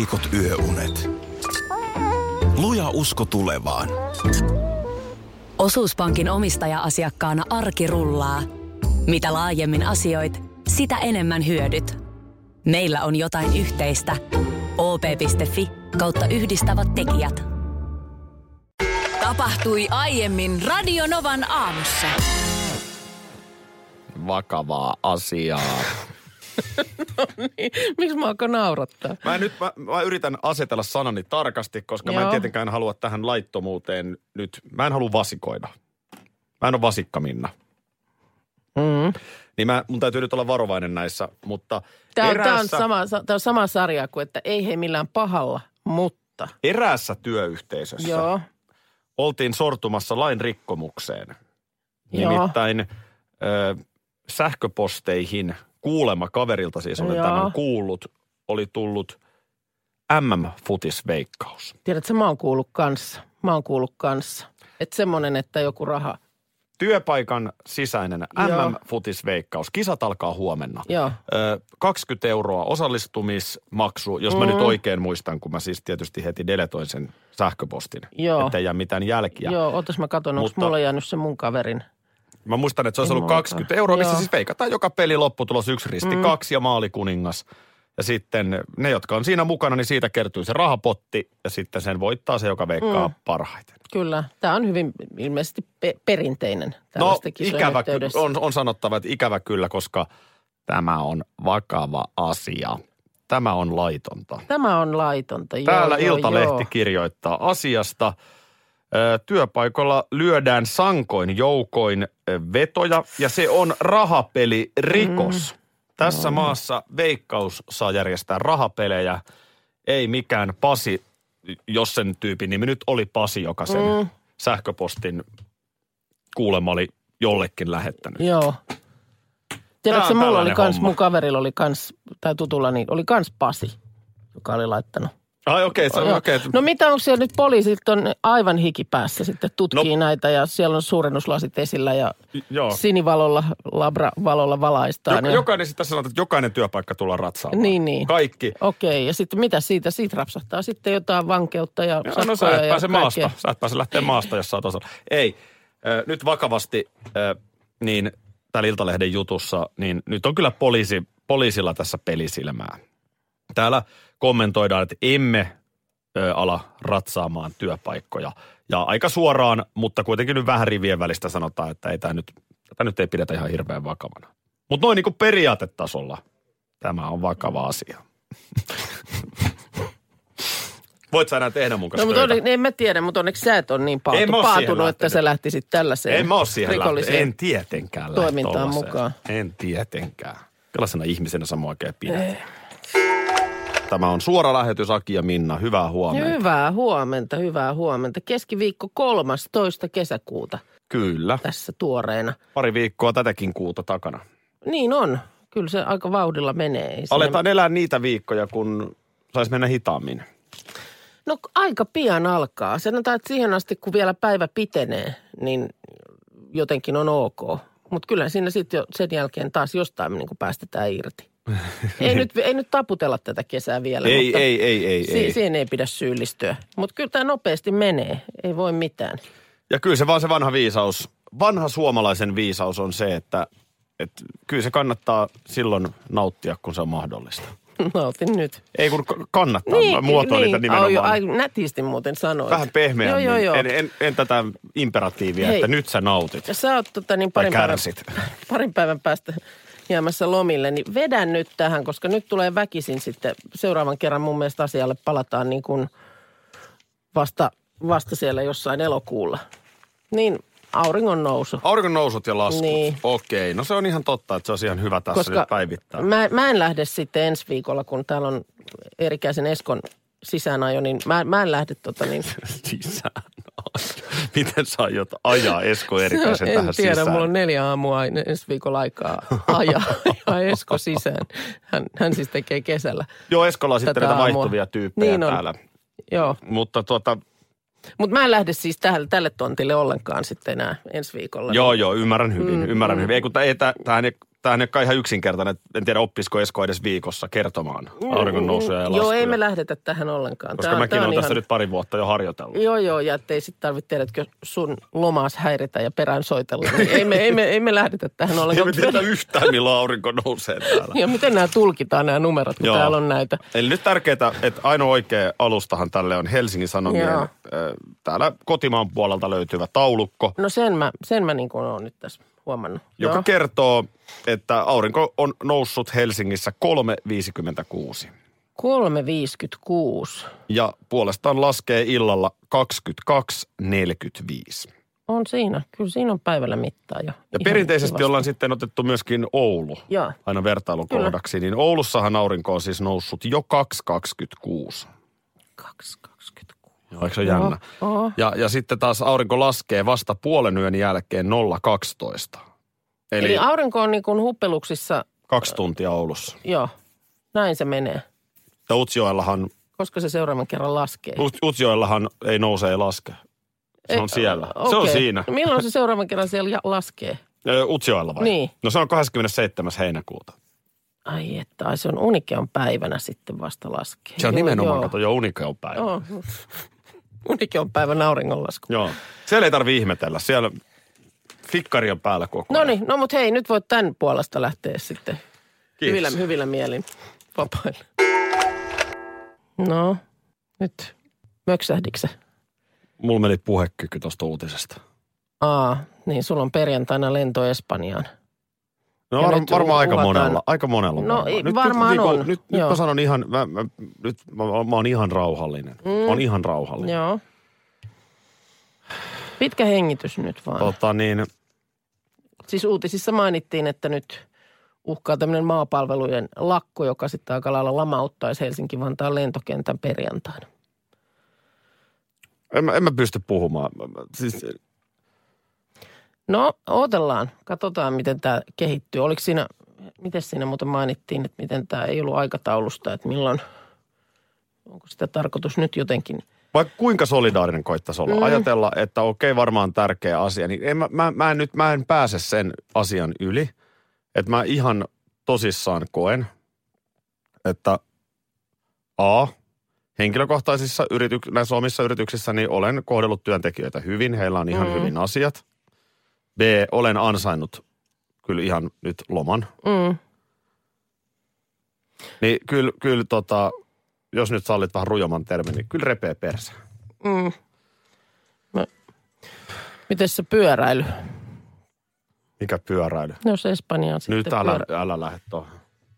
heikot yöunet. Luja usko tulevaan. Osuuspankin omistaja-asiakkaana arki rullaa. Mitä laajemmin asioit, sitä enemmän hyödyt. Meillä on jotain yhteistä. op.fi/yhdistävät tekijät. Tapahtui aiemmin Radio Novan aamussa. Vakavaa asiaa. No niin, miksi mä alkan naurattaa? Mä yritän asetella sanani tarkasti, koska mä en tietenkään halua tähän laittomuuteen nyt. Mä en halua vasikoida. Mä en ole vasikka Minna. Niin mun täytyy nyt olla varovainen näissä, mutta Tämä on sama sarja kuin, että ei he millään pahalla, mutta. Eräässä työyhteisössä oltiin sortumassa lain rikkomukseen. Nimittäin sähköposteihin kuulema kaverilta siis olen tämän kuullut, oli tullut MM-futisveikkaus. Tiedätkö, mä oon kuullut kanssa. Että semmoinen, että joku raha. Työpaikan sisäinen MM-futisveikkaus. Kisat alkaa huomenna. 20 € osallistumismaksu, jos mä nyt oikein muistan, kun mä siis tietysti heti deletoin sen sähköpostin, ettei jää mitään jälkiä. Otas mä katon, onko mulla jäänyt se mun kaverin. Mä muistan, että se olisi ollut 20 €, missä siis veikataan joka peli lopputulos 1 risti 2 ja maalikuningas. Ja sitten ne, jotka on siinä mukana, niin siitä kertyy se rahapotti ja sitten sen voittaa se, joka veikkaa parhaiten. Kyllä. Tämä on hyvin ilmeisesti perinteinen. No ikävä on sanottava, että ikävä kyllä, koska tämä on vakava asia. Tämä on laitonta. Täällä Iltalehti kirjoittaa asiasta. Työpaikoilla lyödään sankoin joukoin vetoja ja se on rahapelirikos. Tässä maassa Veikkaus saa järjestää rahapelejä, ei mikään Pasi, jos sen tyypin nimi nyt oli Pasi, joka sen sähköpostin kuulemma oli jollekin lähettänyt. Joo. Tiedätkö, mulla oli kans, mun kaverilla oli kans, tai tutullani oli kans Pasi, joka oli laittanut. Ai okei. No mitä, onko siellä nyt poliisit on aivan hikipäässä sitten tutkii näitä ja siellä on suurennuslasit esillä ja sinivalolla, labravalolla valaistaan. Jokainen sitten sanotaan, että jokainen työpaikka tullaan ratsaamaan. Niin. Kaikki. Okei, ja sitten mitä siitä? Siitä rapsahtaa sitten jotain vankeutta ja sakkoja. No sä et pääse maasta. Sä et pääse lähteä maasta, jos sä oot osalla. Ei, nyt vakavasti, niin täällä Iltalehden jutussa, niin nyt on kyllä poliisilla tässä pelisilmää. Täällä kommentoidaan, että emme ala ratsaamaan työpaikkoja. Ja aika suoraan, mutta kuitenkin nyt vähän rivien välistä sanotaan, että tätä nyt ei pidetä ihan hirveän vakavana. Mutta noin niin kuin periaatetasolla tämä on vakava asia. Voit sä enää tehdä mun kanssa töitä? En mä tiedä, mutta onneksi sä et ole niin paatunut, että sä lähtisit tällaiseen en mä ole siihen rikolliseen en tietenkään toimintaan mukaan. En tietenkään. Sellaisena ihmisenä sä mua oikein pidät. Tämä on suora lähetys, Aki ja Minna. Hyvää huomenta. Hyvää huomenta. Keskiviikko 13. kesäkuuta. Kyllä. Tässä tuoreena. Pari viikkoa tätäkin kuuta takana. Niin on. Kyllä se aika vauhdilla menee. Aletaan elää niitä viikkoja, kun saisi mennä hitaammin. No aika pian alkaa. Sanotaan, että siihen asti, kun vielä päivä pitenee, niin jotenkin on ok. Mutta kyllä siinä sitten jo sen jälkeen taas jostain niin kuin päästetään irti. Ei nyt taputella tätä kesää vielä. Ei. Siihen ei pidä syyllistyä. Mutta kyllä tämä nopeasti menee. Ei voi mitään. Ja kyllä se vaan se vanha suomalaisen viisaus on se, että kyllä se kannattaa silloin nauttia, kun se on mahdollista. Nautin nyt. Ei kun kannattaa. Niin, muotoilinta nimenomaan. Nätisti muuten sanoit. Vähän pehmeämmin. Joo. En tätä imperatiivia, että nyt sä nautit. Ja sä oot parin päivän päästä jäämässä lomille, niin vedän nyt tähän, koska nyt tulee väkisin sitten seuraavan kerran mun mielestä asialle palataan niin kuin vasta siellä jossain elokuulla. Niin auringon nousu. Auringon nousut ja laskut. Niin. Okei, no se on ihan totta, että se on ihan hyvä tässä nyt päivittää. Mä en lähde sitten ensi viikolla, kun täällä on Eerikäisen Eskon sisäänajo, niin mä en lähde Sisäänajo? Miten sä aiot ajaa Esko Eerikäisen tähän sisään? En tiedä, mulla on 4 aamua ensi viikolla aikaa ajaa Esko sisään. Hän siis tekee kesällä. Joo, Eskolla on sitten näitä vaihtuvia tyyppejä niin täällä. Joo. Mutta Mutta mä en lähde siis tälle tontille ollenkaan sitten enää ensi viikolla. Joo, ymmärrän hyvin. Ei kun tämähän tämähän ei olekaan ihan yksinkertainen. En tiedä, oppisiko Esko edes viikossa kertomaan auringon nousuja ja laskuja. Joo, ei me lähdetä tähän ollenkaan. Koska mäkin olen tässä nyt pari vuotta jo harjoitellut. Joo, ja ettei sitten tarvitse tiedätkö sun lomaas häiritä ja perään soitella. Niin ei me lähdetä tähän ollenkaan. Ei me tiedä yhtään, milloin aurinko nousee täällä. Ja miten nämä tulkitaan, nämä numerot, kun täällä on näitä. Eli nyt tärkeää, että ainoa oikea alustahan tälle on Helsingin Sanomien täällä kotimaan puolelta löytyvä taulukko. No sen mä niin kuin olen nyt tässä huomannut. Joka kertoo, että aurinko on noussut Helsingissä 3.56. 3.56. Ja puolestaan laskee illalla 22.45. On siinä. Kyllä siinä on päivällä mittaa jo. Ja perinteisesti ollaan sitten otettu myöskin Oulu aina vertailukohdaksi. Kyllä. Niin Oulussahan aurinko on siis noussut jo 2.26. 2.26. Joo, eikö se ole jännä? Ja sitten taas aurinko laskee vasta puolen yön jälkeen 0.12. Eli aurinko on niin kuin huppeluksissa 2 tuntia Oulussa. Joo, näin se menee. Ja Utsjoellahan... Koska se seuraavan kerran laskee? Utsjoellahan ei nouse, ei laske. Se on siellä. Okay. Se on siinä. No milloin se seuraavan kerran siellä laskee? Utsjoella vai? Niin. No se on 27. heinäkuuta. Ai että, se on Unikeon päivänä sitten vasta laskee. Se on nimenomaan, kato jo Unikeon päivä. Unikeon päivän auringonlasku. Joo. Siellä ei tarvitse ihmetellä. Siellä fikkari on päällä koko ajan. Noniin, no mutta hei, nyt voit tämän puolesta lähteä sitten hyvillä mielin vapaille. No, nyt möksähdikö se? Mulla meni puhekyky tuosta uutisesta. Niin sulla on perjantaina lento Espanjaan. No varmaan aika monella. No nyt, varmaan on. Nyt mä sanon ihan, mä oon ihan rauhallinen. Mä oon ihan rauhallinen. Joo. Pitkä hengitys nyt vaan. Siis uutisissa mainittiin, että nyt uhkaa tämmöinen maapalvelujen lakko, joka sitten aika lailla lamauttaisi Helsinki-Vantaan lentokentän perjantaina. En mä pysty puhumaan. Siis... No, odotellaan. Katsotaan, miten tämä kehittyy. Oliko siinä, miten siinä muuten mainittiin, että miten tämä ei ollut aikataulusta, että milloin, onko sitä tarkoitus nyt jotenkin... Vaikka kuinka solidaarinen koittaisi olla. Ajatella, että okei, varmaan tärkeä asia, niin mä en pääse sen asian yli. Että mä ihan tosissaan koen, että henkilökohtaisissa näissä omissa yrityksissä niin olen kohdellut työntekijöitä hyvin. Heillä on ihan hyvin asiat. B, olen ansainnut kyllä ihan nyt loman. Niin kyllä jos nyt sallit vähän rujoman termin, niin kyllä repee persä. Miten se pyöräily? Mikä pyöräily? No se Espanjaan sitten nyt älä lähde tuohon.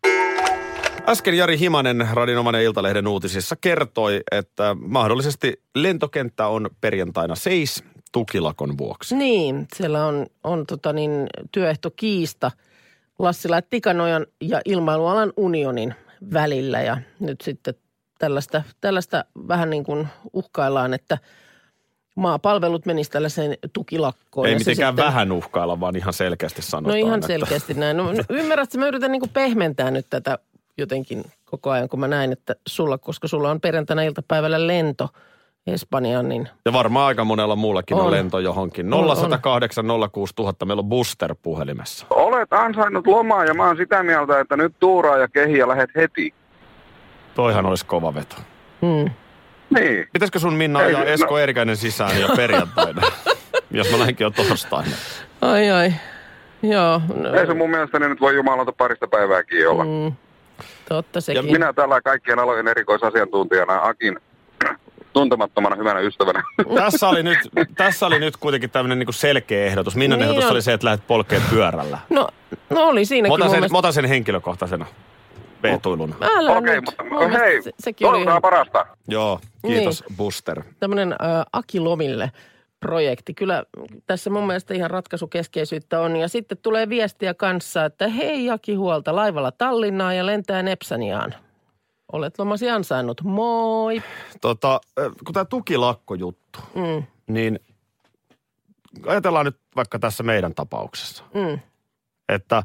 Äsken Jari Himanen Radionovan Iltalehden uutisissa kertoi, että mahdollisesti lentokenttä on perjantaina seis tukilakon vuoksi. Niin, siellä on työehtokiista Lassila ja Tikanojan ja Ilmailualan unionin välillä. Ja nyt sitten tällaista vähän niin kuin uhkaillaan, että maapalvelut menisi tällaiseen tukilakkoon. Ei mitenkään vähän uhkailla, vaan ihan selkeästi sanotaan. No ihan selkeästi näin. No, ymmärrätkö, mä yritän niin kuin pehmentää nyt tätä jotenkin koko ajan, kun mä näin, että koska sulla on perjantaina iltapäivällä lento Espanjaan, niin... Ja varmaan aika monella muullakin on lento johonkin. 0108 06000, meillä on Buster puhelimessa. Olet ansainnut lomaa ja mä oon sitä mieltä, että nyt tuuraa ja kehi ja lähet heti. Toihan olisi kova veto. Niin. Pitäisikö sun Minna ja Esko Eerikäinen sisään jo perjantaina, jos mä lähdenkin jo torstaina? Ai. Joo. No. Ei se mun mielestäni nyt voi jumalauta parista päivääkin olla. Totta sekin. Ja minä täällä kaikkien alojen erikoisasiantuntijana Akin tuntemattomana hyvänä ystävänä. Tässä oli nyt kuitenkin tämmöinen niinku selkeä ehdotus. Minnan ehdotus oli se, että lähdet polkeen pyörällä. No oli siinäkin mä otan sen henkilökohtaisena veetuiluna. Okei, mutta hei, toivotaan parasta. Joo, kiitos Buster. Tämmöinen Aki Lomille projekti. Kyllä tässä mun mielestä ihan ratkaisukeskeisyyttä on. Ja sitten tulee viestiä kanssa, että hei Aki huolta laivalla Tallinnaan ja lentää Nepsaniaan. Olet lomasi ansainnut. Moi! Kun tämä tukilakkojuttu, niin ajatellaan nyt vaikka tässä meidän tapauksessa, että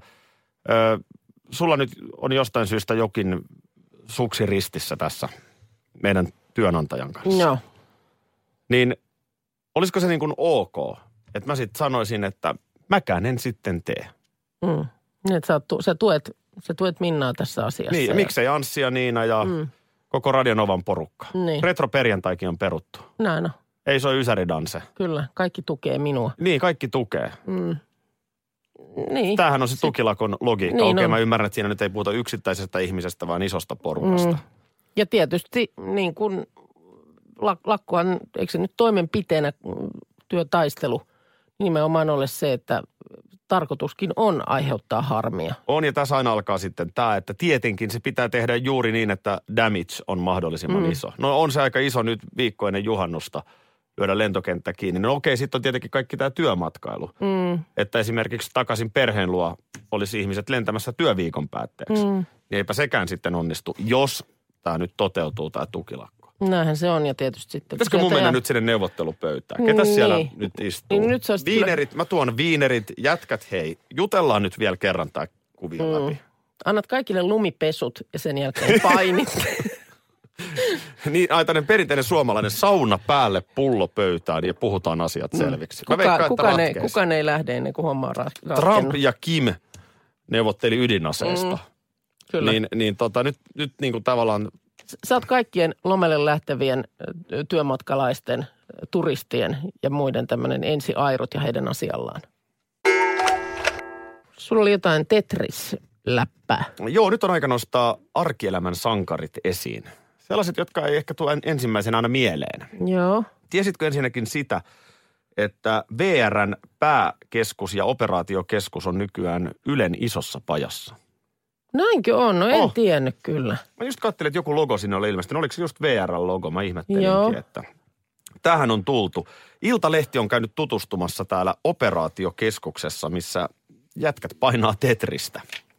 sulla nyt on jostain syystä jokin suksi ristissä tässä meidän työnantajan kanssa. Joo. Niin olisiko se niin kuin ok, että mä sitten sanoisin, että mäkään en sitten tee. Niin, että sä tuet Minnaa tässä asiassa. Niin, ja miksei Anssi ja Niina ja koko Radio Novan porukka. Niin. Retroperjantaikin on peruttu. Näin on. Ei se ole ysäridanse. Kyllä, kaikki tukee minua. Niin, kaikki tukee. Niin. Tämähän on se tukilakon logiikka. Niin Okei, on. mä ymmärrän, että siinä nyt ei puhuta yksittäisestä ihmisestä, vaan isosta porukasta. Ja tietysti niin kuin lakkohan, eikö se nyt toimenpiteenä työtaistelu nimenomaan ole se, että tarkoituskin on aiheuttaa harmia. On, ja tässä aina alkaa sitten tämä, että tietenkin se pitää tehdä juuri niin, että damage on mahdollisimman iso. No on se aika iso nyt viikko ennen juhannusta lyödä lentokenttä kiinni. No okei, sitten on tietenkin kaikki tämä työmatkailu. Että esimerkiksi takaisin perheen luo olisi ihmiset lentämässä työviikon päätteeksi. Niin eipä sekään sitten onnistu, jos tämä nyt toteutuu, tämä tukilakko. Näinhän se on ja tietysti sitten. Pitäisikö mun mennä nyt sinne neuvottelupöytään? Ketäs siellä nyt istuu? Niin nyt viinerit, mä tuon viinerit, jätkät hei. Jutellaan nyt vielä kerran tämä kuvio läpi. Annat kaikille lumipesut ja sen jälkeen painit. Niin, tämmöinen perinteinen suomalainen sauna päälle, pullo pöytään ja puhutaan asiat selviksi. Kukaan ei lähde ennen kuin homma on ratkennut. Trump ja Kim neuvotteli ydinaseesta. Kyllä. Nyt niin kuin tavallaan... Sä oot kaikkien lomelle lähtevien työmatkalaisten, turistien ja muiden tämmöinen ensiairut ja heidän asiallaan. Sulla oli jotain Tetris-läppää. Joo, nyt on aika nostaa arkielämän sankarit esiin. Sellaiset, jotka ei ehkä tule ensimmäisenä aina mieleen. Joo. Tiesitkö ensinnäkin sitä, että VR:n pääkeskus ja operaatiokeskus on nykyään Ylen isossa pajassa? Näinkö on? No en tiennyt kyllä. Mä just katselin, että joku logo sinne oli ilmestynyt. Oliko se just VR:n-logo? Mä ihmettelinkin, Joo. että tähän on tultu. Iltalehti on käynyt tutustumassa täällä operaatiokeskuksessa, missä jätkät painaa Tetristä.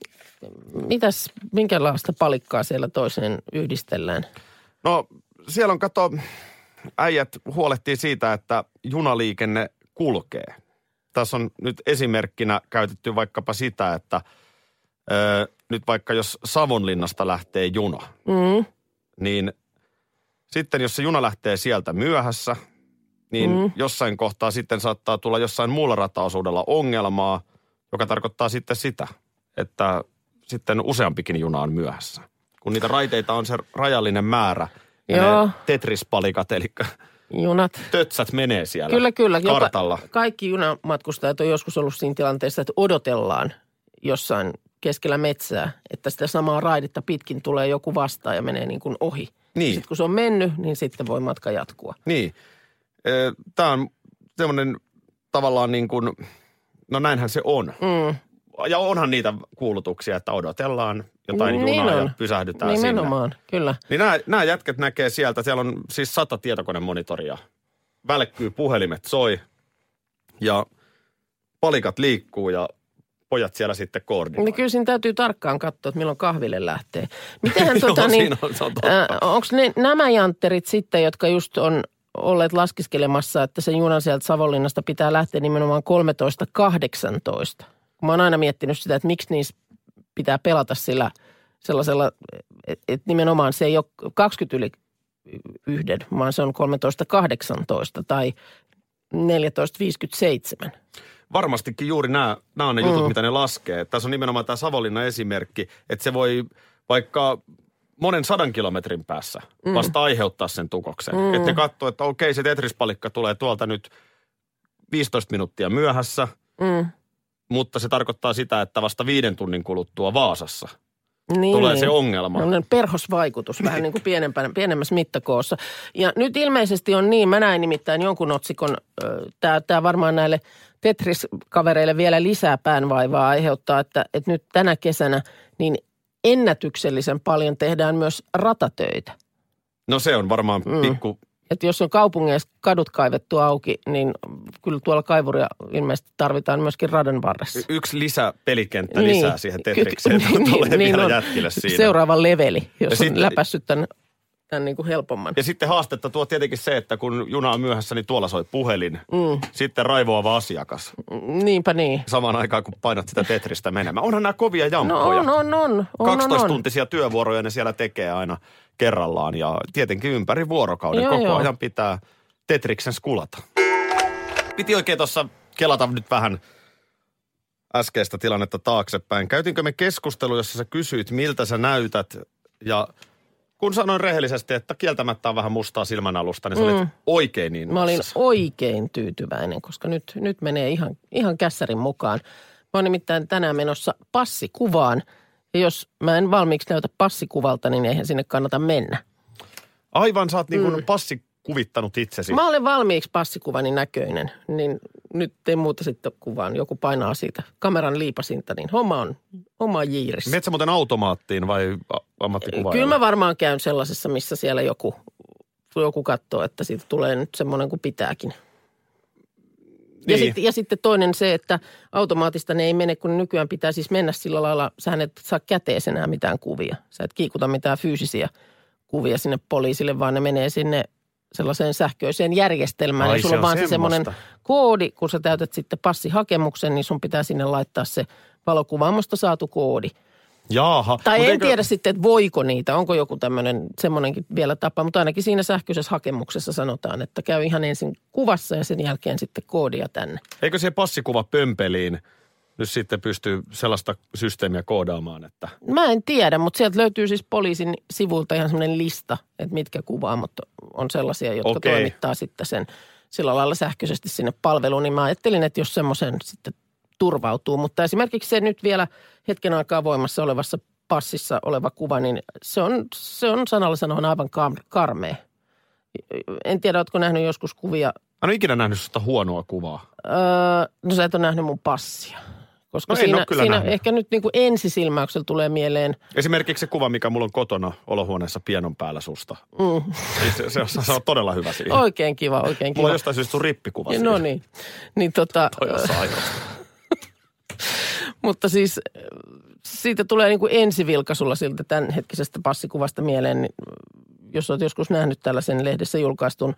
Minkälaista palikkaa siellä toiseen yhdistellään? No siellä on, äijät huolehtii siitä, että junaliikenne kulkee. Tässä on nyt esimerkkinä käytetty vaikkapa sitä, että nyt vaikka jos Savonlinnasta lähtee juna, niin sitten jos se juna lähtee sieltä myöhässä, niin jossain kohtaa sitten saattaa tulla jossain muulla rataosuudella ongelmaa, joka tarkoittaa sitten sitä, että sitten useampikin juna on myöhässä. Kun niitä raiteita on se rajallinen määrä ja ne Tetris-palikat, eli junat. Tötsät menee siellä Kyllä. kartalla. Kaikki junamatkustajat on joskus ollut siinä tilanteessa, että odotellaan jossain keskellä metsää, että sitä samaa raidetta pitkin tulee joku vastaan ja menee niin kuin ohi. Niin. Sitten kun se on mennyt, niin sitten voi matka jatkua. Niin. Tämä on semmoinen tavallaan niin kuin, no näinhän se on. Ja onhan niitä kuulutuksia, että odotellaan jotain junaa ja pysähdytään Nimenomaan, sinne. Kyllä. Niin nämä jätkät näkee sieltä, siellä on siis 100 tietokonemonitoria. Välkkyy, puhelimet soi ja palikat liikkuu ja pojat siellä sitten koordinoivat. Niin kyllä siinä täytyy tarkkaan katsoa, että milloin kahville lähtee. Mitenhän onko nämä jantterit sitten, jotka just on olleet laskiskelemassa, että se junan sieltä Savonlinnasta pitää lähteä nimenomaan 13.18. Mä oon aina miettinyt sitä, että miksi niissä pitää pelata sellaisella, että nimenomaan se ei ole 20:1, vaan se on 13.18 tai 14.57. Varmastikin juuri nämä on ne jutut, mitä ne laskee. Tässä on nimenomaan tämä Savonlinnan esimerkki, että se voi vaikka monen 100 kilometrin päässä vasta aiheuttaa sen tukoksen. Että ne katsoo, että okei, se Tetris-palikka tulee tuolta nyt 15 minuuttia myöhässä, mutta se tarkoittaa sitä, että vasta 5 tunnin kuluttua Vaasassa tulee se ongelma. No, perhosvaikutus vähän niin kuin pienemmässä mittakoossa. Ja nyt ilmeisesti on niin, mä näin nimittäin jonkun otsikon, tämä varmaan näille Tetris-kavereille vielä lisää päänvaivaa aiheuttaa, että nyt tänä kesänä niin ennätyksellisen paljon tehdään myös ratatöitä. No se on varmaan pikku... Että jos on kaupungeissa kadut kaivettu auki, niin kyllä tuolla kaivuria ilmeisesti tarvitaan myöskin radan varressa. Yksi lisäpelikenttä lisää siihen Tetrikseen, tulee vielä jätkille siinä. Seuraava leveli, jos on läpässyt tämän niin kuin helpomman. Ja sitten haastetta tuo tietenkin se, että kun juna on myöhässä, niin tuolla soi puhelin. Sitten raivoava asiakas. Niinpä niin. Samaan aikaan, kun painat sitä Tetristä menemään. Onhan nämä kovia jamppoja. No on. 12-tuntisia työvuoroja ne siellä tekee aina kerrallaan. Ja tietenkin ympäri vuorokauden koko ajan pitää Tetriksen skulata. Piti oikein tuossa kelata nyt vähän äskeistä tilannetta taaksepäin. Käytinkö me keskustelu, jossa sä kysyit, miltä sä näytät, ja kun sanoin rehellisesti, että kieltämättä on vähän mustaa silmänalusta, niin sä olit oikein niin. Mä olin oikein tyytyväinen, koska nyt menee ihan kässärin mukaan. Mä oon nimittäin tänään menossa passikuvaan, ja jos mä en valmiiksi näytä passikuvalta, niin eihän sinne kannata mennä. Aivan, sä oot niin kuin passikuvittanut itsesi. Mä olen valmiiksi passikuvani näköinen, niin nyt ei muuta sitten kuvaan. Joku painaa siitä kameran liipasinta, niin homma on jiirissä. Menet sä muuten automaattiin vai ammattikuvaajalle? Kyllä mä varmaan käyn sellaisessa, missä siellä joku katsoo, että siitä tulee nyt semmoinen kuin pitääkin. Niin. Ja sitten toinen se, että automaattista ne ei mene, kun nykyään pitää siis mennä sillä lailla, sähän et saa kätees enää mitään kuvia. Sä et kiikuta mitään fyysisiä kuvia sinne poliisille, vaan ne menee sinne sellaiseen sähköiseen järjestelmään. Ai, ja sulla on vaan se semmoinen semmoista koodi, kun sä täytät sitten passihakemuksen, niin sun pitää sinne laittaa se valokuvaamosta saatu koodi. Jaaha. Tai en tiedä sitten, että voiko niitä, onko joku tämmöinen semmoinenkin vielä tapa, mutta ainakin siinä sähköisessä hakemuksessa sanotaan, että käy ihan ensin kuvassa ja sen jälkeen sitten koodia tänne. Eikö se passikuva pömpeliin nyt sitten pystyy sellaista systeemiä koodaamaan, että... Mä en tiedä, mutta sieltä löytyy siis poliisin sivuilta ihan semmoinen lista, että mitkä kuvaamot on sellaisia, jotka toimittaa sitten sen sillä lailla sähköisesti sinne palveluun. Niin mä ajattelin, että jos semmoisen sitten turvautuu, mutta esimerkiksi se nyt vielä hetken aikaa voimassa olevassa passissa oleva kuva, niin se on sanalla sanoen aivan karmea. En tiedä, ootko nähnyt joskus kuvia? Mä en ole ikinä nähnyt sitä huonoa kuvaa. No sä et ole nähnyt mun passia. Koska No siinä ehkä nyt niin kuin ensisilmäyksellä tulee mieleen. Esimerkiksi se kuva, mikä mulla on kotona olohuoneessa pianon päällä susta. Se on todella hyvä siinä. Oikein kiva. Mulla on jostain syystä sun rippikuva siinä. No niin. Toi on sairasta. Mutta siis siitä tulee niin kuin ensivilkaisulla siltä tämänhetkisestä passikuvasta mieleen, niin jos olet joskus nähnyt tällaisen lehdessä julkaistun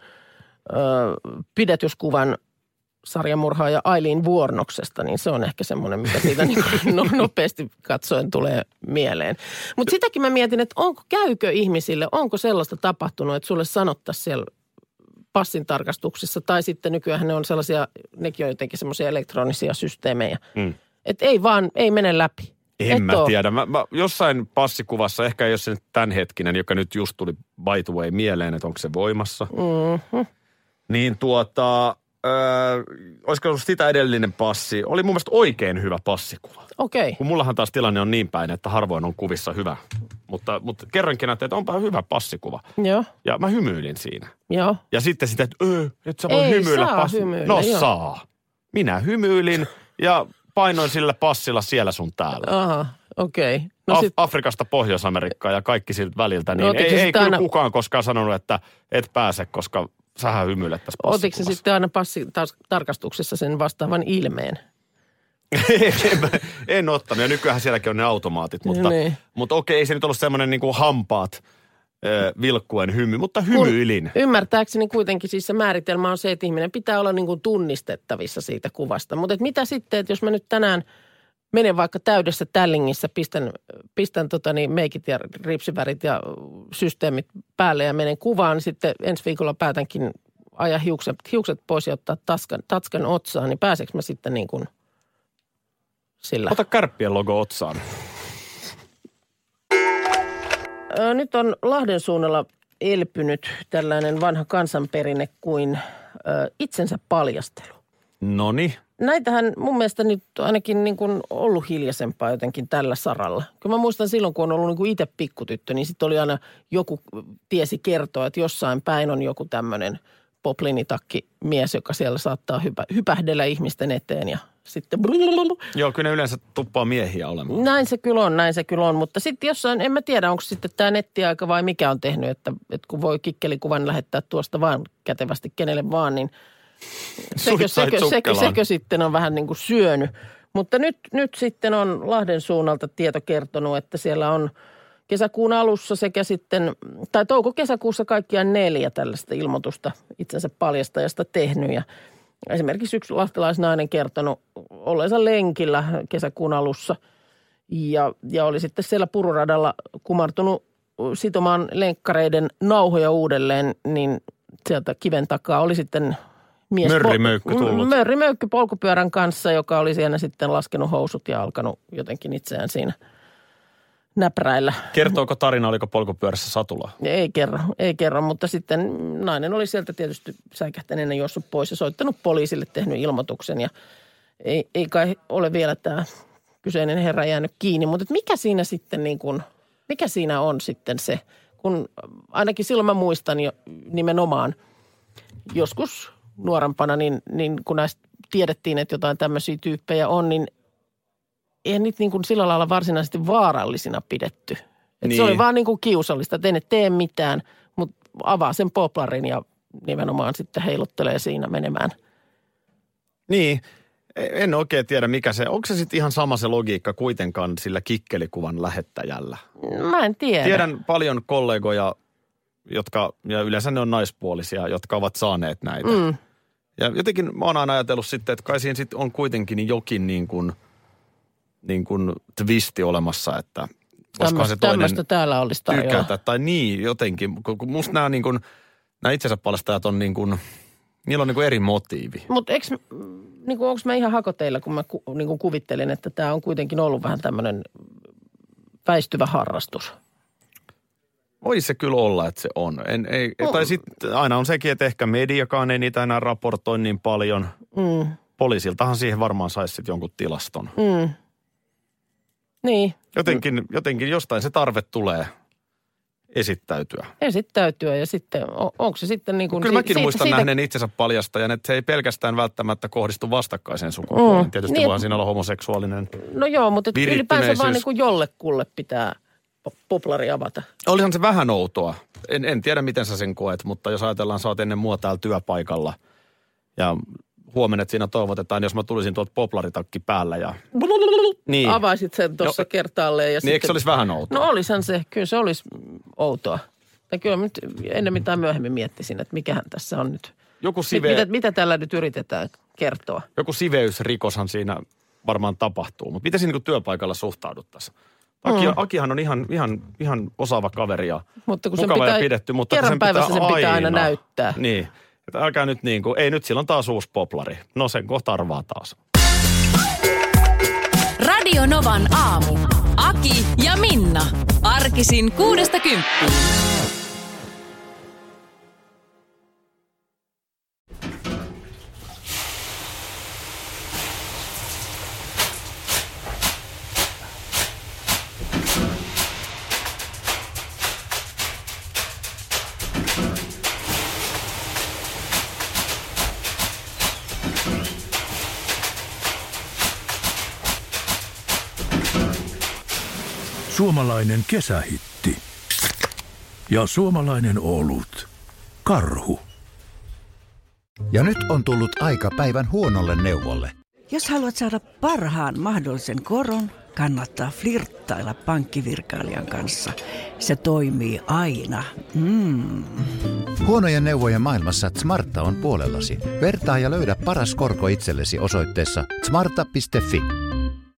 pidätyskuvan sarjamurhaaja Aileen Vuornoksesta, niin se on ehkä semmoinen, mikä siitä niin nopeasti katsoen tulee mieleen. Mutta sitäkin mä mietin, että käykö ihmisille, onko sellaista tapahtunut, että sulle sanottaisiin siellä passin tarkastuksessa, tai sitten nykyään ne on sellaisia, nekin on jotenkin semmoisia elektronisia systeemejä, että ei mene läpi. En mä tiedä. Mä jossain passikuvassa, ehkä ei ole se tämänhetkinen, joka nyt just tuli by the way mieleen, että onko se voimassa. Niin olisiko ollut sitä edellinen passi? Oli mun mielestä oikein hyvä passikuva. Okei. Kun mullahan taas tilanne on niin päin, että harvoin on kuvissa hyvä. Mutta kerrankin että onpa hyvä passikuva. Joo. Ja mä hymyilin siinä. Joo. Ja sitten sitä, että et sä voi hymyillä hymyillä. No joo. saa. Minä hymyilin ja painoin sillä passilla siellä sun täällä. Aha, okei. No Afrikasta Pohjois-Amerikkaan ja kaikki siltä väliltä. Niin no, ei kyllä kukaan koskaan sanonut, että et pääse, koska sähän hymyilet tässä passikuvassa. Otitko se sitten aina tarkastuksessa sen vastaavan ilmeen? En ottanut. Ja nykyään sielläkin on ne automaatit. Mutta okei, ei se nyt ollut semmoinen niin kuin hampaat vilkkuen hymy, mutta hymyilin. Ymmärtääkseni kuitenkin siis se määritelmä on se, että ihminen pitää olla niin kuin tunnistettavissa siitä kuvasta. Mutta mitä sitten, että jos mä nyt tänään menen vaikka täydessä tällingissä, pistän meikit ja ripsivärit ja systeemit päälle ja menen kuvaan, niin sitten ensi viikolla päätänkin ajaa hiukset pois ja ottaa tatskan otsaan, niin pääseekö mä sitten niin kuin sillä? Ota kärppien logo otsaan. Nyt on Lahden suunnalla elpynyt tällainen vanha kansanperinne kuin itsensä paljastelu. Noniin. Näitähän mun mielestä nyt ainakin niin kuin ollut hiljaisempaa jotenkin tällä saralla. Kyllä mä muistan silloin, kun on ollut niin kuin itse pikkutyttö, niin sitten oli aina joku tiesi kertoa, että jossain päin on joku tämmöinen poplinitakki mies, joka siellä saattaa hypähdellä ihmisten eteen ja sitten... Joo, kyllä ne yleensä tuppaa miehiä olemaan. Näin se kyllä on, mutta sitten jossain, en mä tiedä, onko sitten tämä nettiaika vai mikä on tehnyt, että kun voi kikkelikuvan lähettää tuosta vaan kätevästi kenelle vaan, niin sekö sitten on vähän niin kuin syönyt. Mutta nyt sitten on Lahden suunnalta tieto kertonut, että siellä on kesäkuun alussa sekä sitten, tai touko-kesäkuussa kaikkiaan 4 tällaista ilmoitusta itsensä paljastajasta tehnyt. Ja esimerkiksi yksi lahtelaisnainen kertonut olleensa lenkillä kesäkuun alussa ja oli sitten siellä pururadalla kumartunut sitomaan lenkkareiden nauhoja uudelleen, niin sieltä kiven takaa oli sitten Mörrimöykky tullut. Mörrimöykky polkupyörän kanssa, joka oli siellä sitten laskenut housut ja alkanut jotenkin itseään siinä näpräillä. Kertooko tarina, oliko polkupyörässä satulaa? Ei kerro, mutta sitten nainen oli sieltä tietysti säikähtäneenä juossut pois ja soittanut poliisille, tehnyt ilmoituksen ja ei kai ole vielä tämä kyseinen herra jäänyt kiinni. Mutta mikä siinä sitten niin kuin, mikä siinä on sitten se, kun ainakin silloin mä muistan jo nimenomaan joskus nuorempana, niin kun näistä tiedettiin, että jotain tämmöisiä tyyppejä on, niin eihän niitä niin kuin sillä lailla varsinaisesti vaarallisina pidetty. Että se oli vaan niin kuin kiusallista, että ei tee mitään, mutta avaa sen poplarin ja nimenomaan sitten heiluttelee siinä menemään. Niin, en oikein tiedä mikä se, onko se sitten ihan sama se logiikka kuitenkaan sillä kikkelikuvan lähettäjällä? Mä en tiedä. Tiedän paljon kollegoja, ja yleensä ne on naispuolisia, jotka ovat saaneet näitä. Ja jotenkin mä oon aina ajatellut sitten, että kai siinä sitten on kuitenkin jokin niin kuin twisti olemassa, että koska se toinen täällä olisi tykätä. Tai niin, jotenkin. Kun musta nämä, niin kuin, nämä itsensä paljastajat on niin kuin, niillä on niin kuin eri motiivi. Mutta niin onko mä ihan hakoteilla, kun mä niin kuin kuvittelin, että tämä on kuitenkin ollut vähän tämmöinen väistyvä harrastus? Voi se kyllä olla, että se on. Tai sitten aina on sekin, että ehkä mediakaan ei niitä enää raportoi niin paljon. Poliisiltahan siihen varmaan saisi sitten jonkun tilaston. Niin. Jotenkin jostain se tarve tulee esittäytyä. Ja sitten, onko se sitten niin kuin... Kyllä mäkin muistan nähneen itsensä paljastajan, että se ei pelkästään välttämättä kohdistu vastakkaiseen sukupuoleen. Tietysti voihan siinä olla homoseksuaalinen no joo, mutta ylipäänsä vaan niin kuin jollekulle pitää poplari avata. Olihan se vähän outoa. En tiedä, miten sä sen koet, mutta jos ajatellaan, sä oot ennen mua täällä työpaikalla ja huomenna siinä toivotetaan, jos mä tulisin tuolta poplaritakki päällä ja... Niin. Avaisit sen tuossa kertaalleen. Ja niin sitten, eikö se olisi vähän outoa? No olisihan se, kyllä se olisi outoa. Ja kyllä nyt ennen mitään myöhemmin miettisin, että mikähän tässä on nyt. Mitä tällä nyt yritetään kertoa? Joku siveysrikoshan siinä varmaan tapahtuu, mutta miten siinä niin työpaikalla suhtauduttaisiin? Akihan on ihan osaava kaveri ja mutta kun mukava ja pidetty, mutta kerran päivässä sen pitää aina näyttää. Niin, että älkää nyt niin kuin, ei nyt silloin taas uusi poplari. No sen kohta arvaa taas. Radio Novan aamu. Aki ja Minna. Arkisin 6–10. Suomalainen kesähitti ja suomalainen olut. Karhu. Ja nyt on tullut aika päivän huonolle neuvolle. Jos haluat saada parhaan mahdollisen koron, kannattaa flirttailla pankkivirkailijan kanssa. Se toimii aina. Huonojen neuvojen maailmassa Smarta on puolellasi. Vertaa ja löydä paras korko itsellesi osoitteessa smarta.fi.